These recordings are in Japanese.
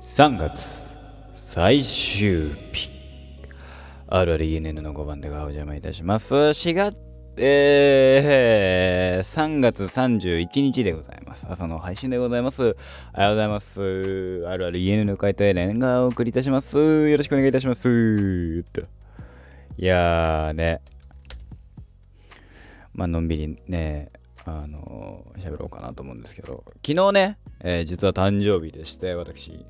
3月最終日、RRENN の5番でお邪魔いたします。3月31日でございます。朝の配信でございます。おはようございます。RRENN の回答エレンがお送りいたします。よろしくお願いいたします。いやーね、のんびりね、喋ろうかなと思うんですけど、昨日ね、実は誕生日でして、私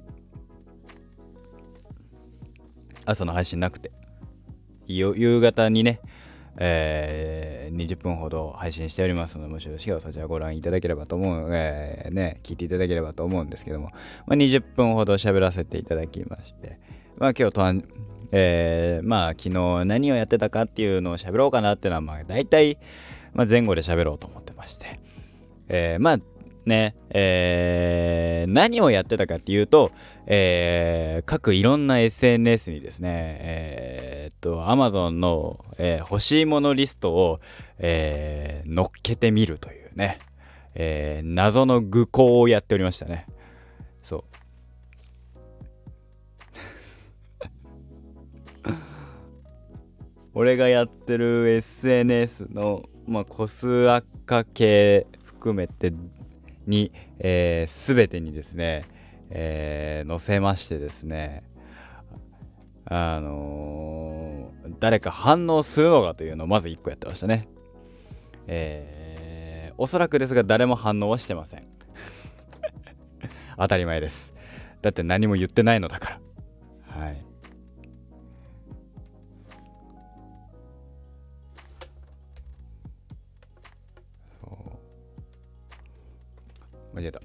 朝の配信なくて、夕方にね、20分ほど配信しておりますので、もしよろしければそちらご覧いただければと思う、聞いていただければと思うんですけども、20分ほど喋らせていただきまして、今日昨日何をやってたかっていうのを喋ろうかなっていうのは、大体、前後で喋ろうと思ってまして、何をやってたかっていうと、各いろんな SNS にですね、Amazon の、欲しいものリストを、乗っけてみるというね、謎の愚行をやっておりましたね。そう。俺がやってる SNS の、コスアカ系含めてに、全てにですね、載せましてですね、誰か反応するのかというのをまず1個やってましたね。おそらくですが誰も反応はしてません。当たり前です。だって何も言ってないのだから。はい。間違えた。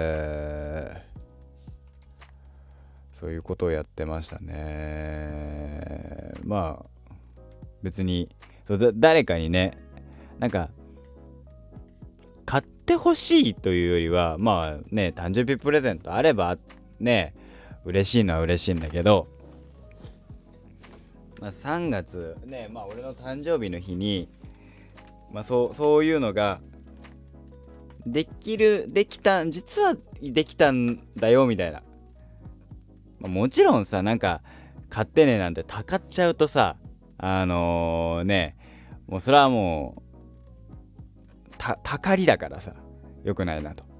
そういうことをやってましたね。別に誰かにね、なんか買ってほしいというよりは、誕生日プレゼントあればね、嬉しいのは嬉しいんだけど、3月ね、俺の誕生日の日に、そういうのが実はできたんだよみたいな。もちろんさ、買ってねなんてたかっちゃうとさ、もうそれはもうたかりだからさ、よくないなと。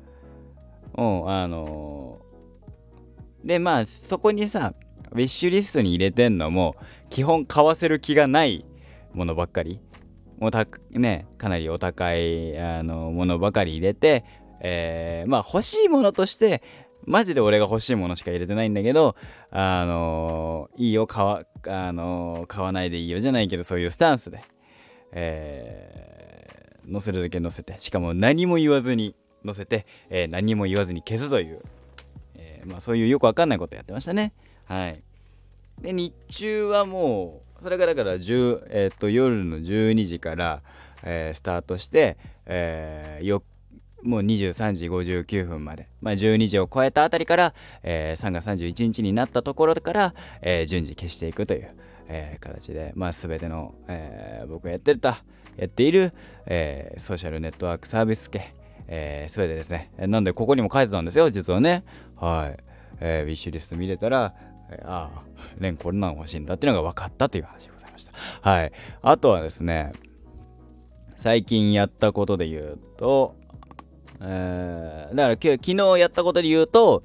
でそこにさ、ウィッシュリストに入れてんのも基本買わせる気がないものばっかり、かなりお高いものばかり入れて、欲しいものとしてマジで俺が欲しいものしか入れてないんだけど、いいよ買わないでいいよじゃないけど、そういうスタンスで、載せるだけ載せて、しかも何も言わずに載せて、何も言わずに消すという、そういうよくわかんないことやってましたね。はい。で日中はもうそれがだから夜の12時から、スタートして、もう23時59分まで、12時を超えたあたりから、3月31日になったところから、順次消していくという、形で、全ての、僕がやっている、ソーシャルネットワークサービス系、全てですね。なんでここにも書いてたんですよ、実はね。はい。ウィッシュリスト見れたら、レンこれなの欲しいんだっていうのが分かったという話でございました。はい。あとはですね、最近やったことで言うと、だから昨日やったことで言うと、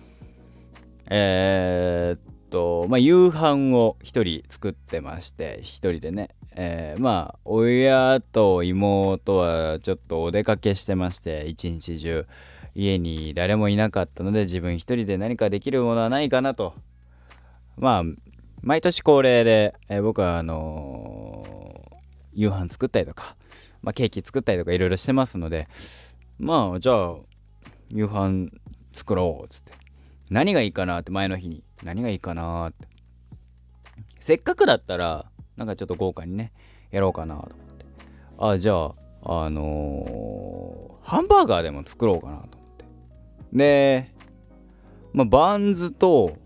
夕飯を一人作ってまして、一人でね、親と妹はちょっとお出かけしてまして、一日中家に誰もいなかったので、自分一人で何かできるものはないかなと。毎年恒例で、僕は夕飯作ったりとか、ケーキ作ったりとかいろいろしてますので、じゃあ夕飯作ろうっつって、何がいいかなって、前の日に何がいいかなって、せっかくだったらちょっと豪華にねやろうかなと思って、じゃあハンバーガーでも作ろうかなと思って、でバンズと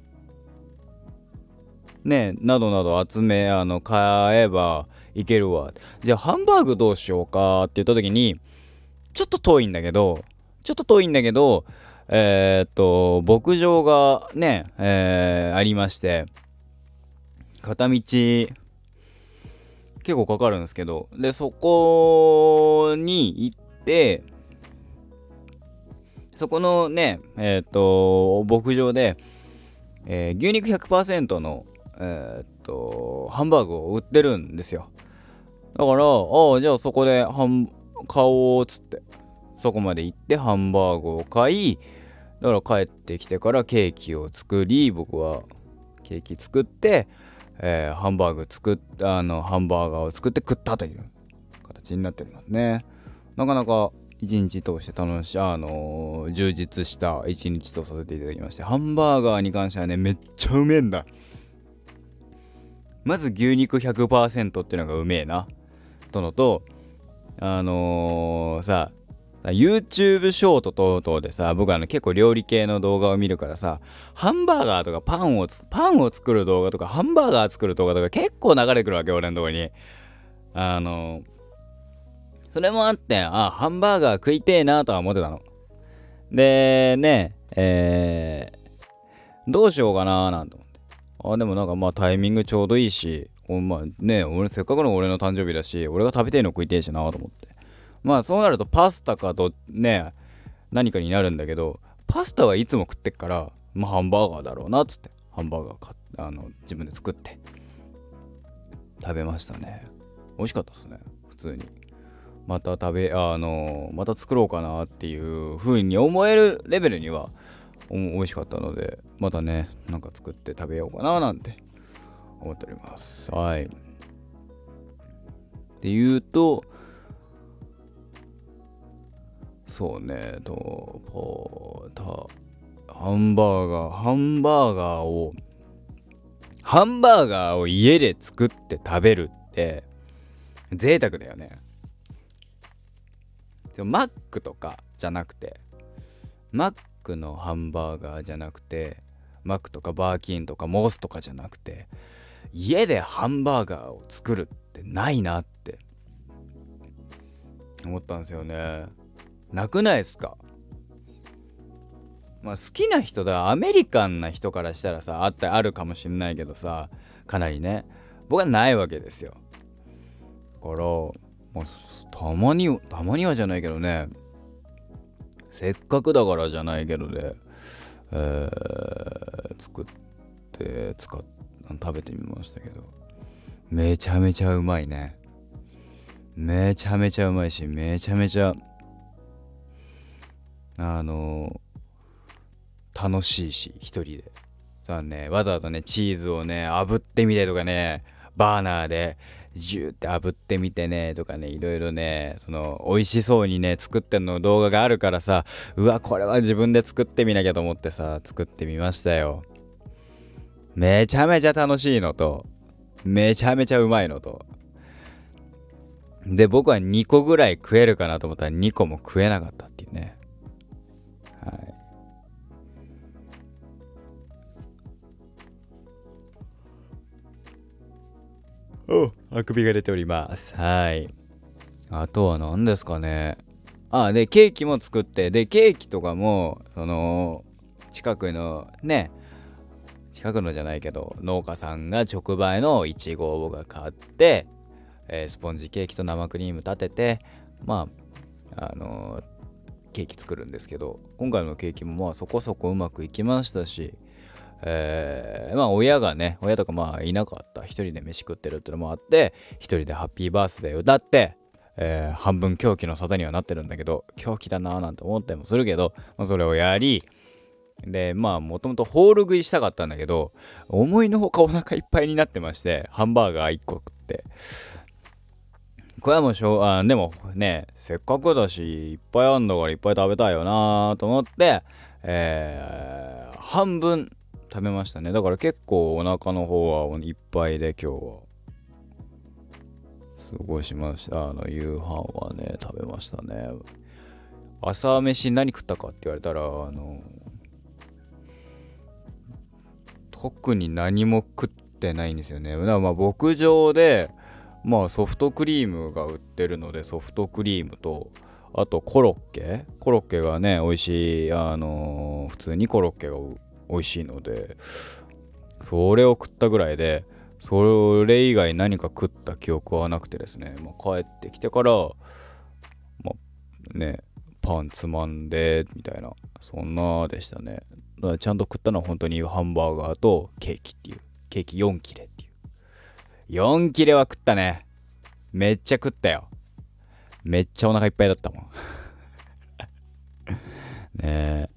ねなどなど買えばいけるわ。じゃあハンバーグどうしようかって言った時に、ちょっと遠いんだけど牧場がね、ありまして、片道結構かかるんですけど、でそこに行って、そこのね牧場で、牛肉 100% のハンバーグを売ってるんですよ。だからじゃあそこで買おうっつって、そこまで行ってハンバーグを買い、だから帰ってきてからケーキを作り、僕はケーキ作って、ハンバーガーを作って食ったという形になっておりますね。なかなか一日通して充実した一日とさせていただきまして、ハンバーガーに関してはね、めっちゃうめえんだ。まず牛肉 100% っていうのがうめえなとのと、さ、YouTube ショート等々でさ、僕結構料理系の動画を見るからさ、ハンバーガーとかパンを作る動画とか、ハンバーガー作る動画とか結構流れてくるわけ、俺のとこに。それもあって、ハンバーガー食いてえなとは思ってたの。でね、どうしようかななんて思って。でもなんかまあタイミングちょうどいいし、まあね、せっかくの俺の誕生日だし、俺が食べてえの食いてえしなと思って。まあそうなるとパスタかとね、何かになるんだけど、パスタはいつも食ってっから、まあハンバーガーだろうなっつって、ハンバーガー自分で作って食べましたね。美味しかったですね、普通に。またまた作ろうかなっていう風に思えるレベルには美味しかったので、またね、なんか作って食べようかななんて思っております。はい。っていうと、そうね、ハンバーガーを家で作って食べるって贅沢だよね。マックとかじゃなくて、マックのハンバーガーじゃなくて、マックとかバーキンとかモスとかじゃなくて、家でハンバーガーを作るってないなって思ったんですよね。なくないですか？まあ好きな人アメリカンな人からしたらさ、あるかもしんないけどさ、かなりね、僕はないわけですよ。だから、まあ、たまにはじゃないけどね、せっかくだからじゃないけどで、作って食べてみましたけど、めちゃめちゃうまいね。めちゃめちゃうまいし、めちゃめちゃ楽しいし、一人でさね、わざわざね、チーズをね炙ってみてとかね、バーナーでジューって炙ってみてねとかね、いろいろね、その美味しそうにね作ってんの動画があるからさ、うわこれは自分で作ってみなきゃと思ってさ、作ってみましたよ。めちゃめちゃ楽しいのと、めちゃめちゃうまいのと、で僕は2個ぐらい食えるかなと思ったら2個も食えなかったっていうね。はい。あくびが出ております。はい。あとは何ですかね。でケーキも作って、でケーキとかもその近くのじゃないけど農家さんが直売のいちごを僕が買って、スポンジケーキと生クリーム立てて、まあケーキ作るんですけど、今回のケーキもまあそこそこうまくいきましたし、まあ親とかまあいなかった、一人で飯食ってるってのもあって、一人でハッピーバースデー歌って、半分狂気の沙汰にはなってるんだけど、狂気だなーなんて思ったりもするけど、まあ、それをやり、でまあもともとホール食いしたかったんだけど、思いのほかお腹いっぱいになってまして、ハンバーガー1個食って、これはもうでもね、せっかくだしいっぱいあんだからいっぱい食べたいよなーと思って、半分食べましたね。だから結構お腹の方はいっぱいで今日は過ごしました。夕飯はね食べましたね。朝飯何食ったかって言われたら特に何も食ってないんですよね。だからまあ牧場でまあソフトクリームが売ってるので、ソフトクリームと、 あとコロッケがね美味しい、普通にコロッケが美味しいので、それを食ったぐらいで、それ以外何か食った記憶はなくてですね、帰ってきてから、ね、パンつまんでみたいな、そんなでしたね。だからちゃんと食ったのは本当にハンバーガーとケーキっていう、ケーキ4切れっていう、4切れは食ったね。めっちゃ食ったよ。めっちゃお腹いっぱいだったもんね。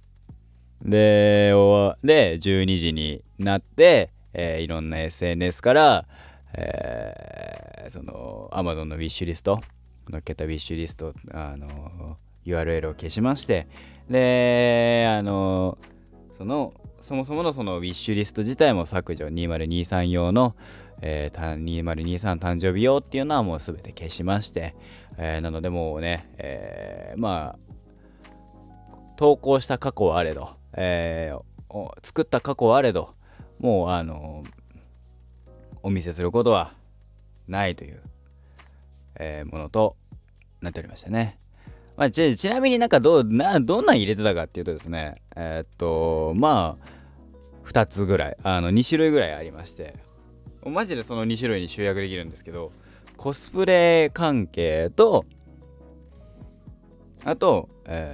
で12時になって、いろんな SNS から、その Amazon のウィッシュリスト乗っけたウィッシュリスト、URL を消しまして、でそもそものそのウィッシュリスト自体も削除、2023用の、2023誕生日用っていうのはもう全て消しまして、なのでもうね、投稿した過去はあれど、作った過去はあれど、もうお見せすることはないという、ものとなっておりましたね。ちなみにどんなん入れてたかっていうとですね、2つぐらい、2種類ぐらいありまして、マジでその2種類に集約できるんですけど、コスプレ関係と、あと、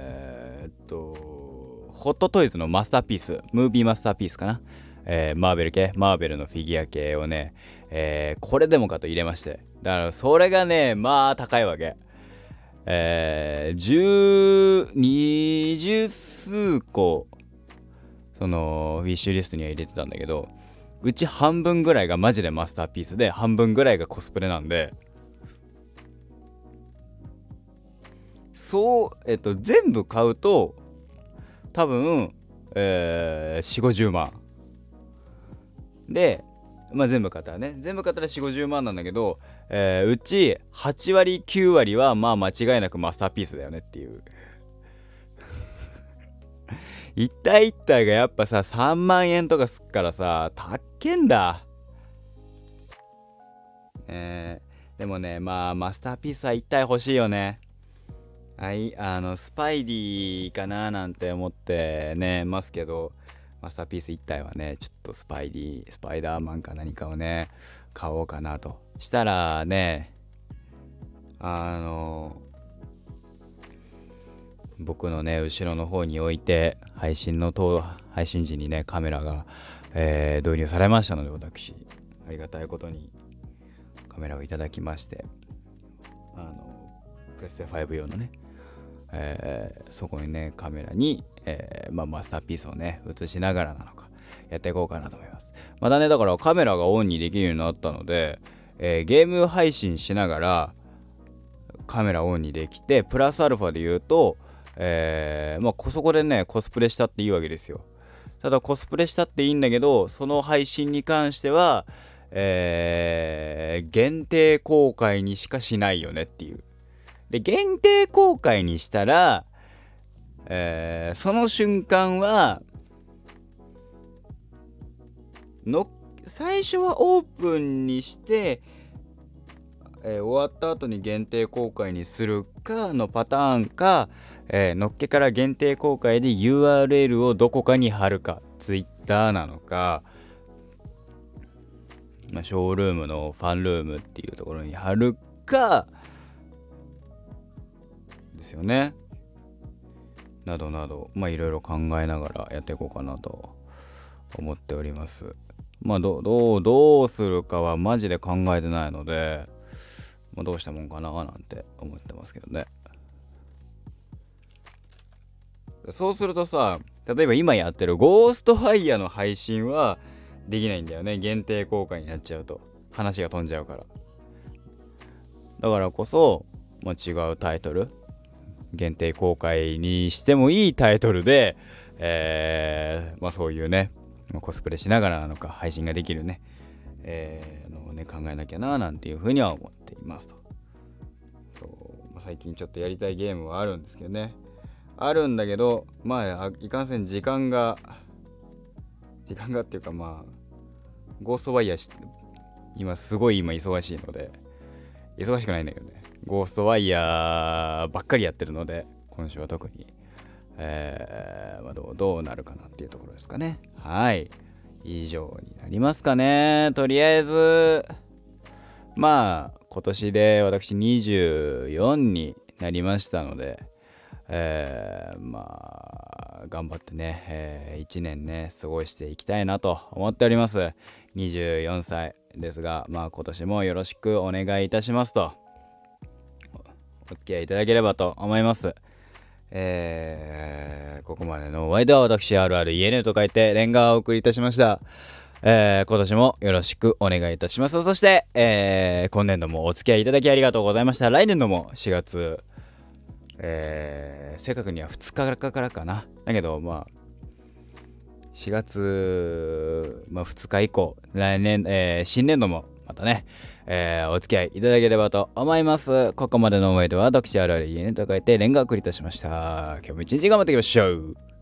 ホットトイズのマスターピース、ムービーマスターピースかな、マーベルのフィギュア系をね、これでもかと入れまして、だからそれがね、高いわけ。20数個そのウィッシュリストには入れてたんだけど、うち半分ぐらいがマジでマスターピースで、半分ぐらいがコスプレなんで、全部買うと多分、4、50万で、全部買ったら4、50万なんだけど、うち8割9割は間違いなくマスターピースだよねっていう一体一体がやっぱさ3万円とかすっからさ、たっけんだ。でもね、マスターピースは一体欲しいよね。スパイディかななんて思ってねますけど、マスターピース一体はね、ちょっとスパイダーマンか何かをね買おうかなとしたらね、僕のね後ろの方に置いて配信時にねカメラが、導入されましたので、私ありがたいことにカメラをいただきまして、プレステ5用のね、そこにねカメラに、マスターピースをね映しながらなのかやっていこうかなと思います。またね、だからカメラがオンにできるようになったので、ゲーム配信しながらカメラオンにできて、プラスアルファで言うと、そこでねコスプレしたっていいわけですよ。ただコスプレしたっていいんだけど、その配信に関しては、限定公開にしかしないよねっていう。で、限定公開にしたら、その瞬間は最初はオープンにして、終わった後に限定公開にするかのパターンか、のっけから限定公開で URL をどこかに貼るか、Twitter なのか、ショールームのファンルームっていうところに貼るかですよね。などなど、いろいろ考えながらやっていこうかなと思っております。どうするかはマジで考えてないので、どうしたもんかななんて思ってますけどね。そうするとさ、例えば今やってるゴーストファイヤーの配信はできないんだよね。限定公開になっちゃうと話が飛んじゃうから。だからこそ、違うタイトル、限定公開にしてもいいタイトルで、そういうね、コスプレしながらなのか配信ができるね、のをね考えなきゃななんていうふうには思っていますと。最近ちょっとやりたいゲームはあるんですけどね。あるんだけど、いかんせん時間がっていうかゴーストワイヤーすごい今忙しいので、忙しくないんだけどね。 ゴーストワイヤーばっかりやってるので、今週は特に、どうなるかなっていうところですかね。はい。以上になりますかね。とりあえず、まあ、今年で私24になりましたので、頑張ってね、1年ね、過ごしていきたいなと思っております。24歳ですが、今年もよろしくお願いいたしますと、お付き合いいただければと思います。ここまでのお相手は私 RREN と書いてレンガをお送りいたしました。今年もよろしくお願いいたします。そして、今年度もお付き合いいただきありがとうございました。来年度も4月、正確には2日からかな。だけど4月、2日以降、来年、新年度もまたね、お付き合いいただければと思います。ここまでのお相手は私RRENと書いてレンガをお送りいたしました。今日も一日頑張っていきましょう。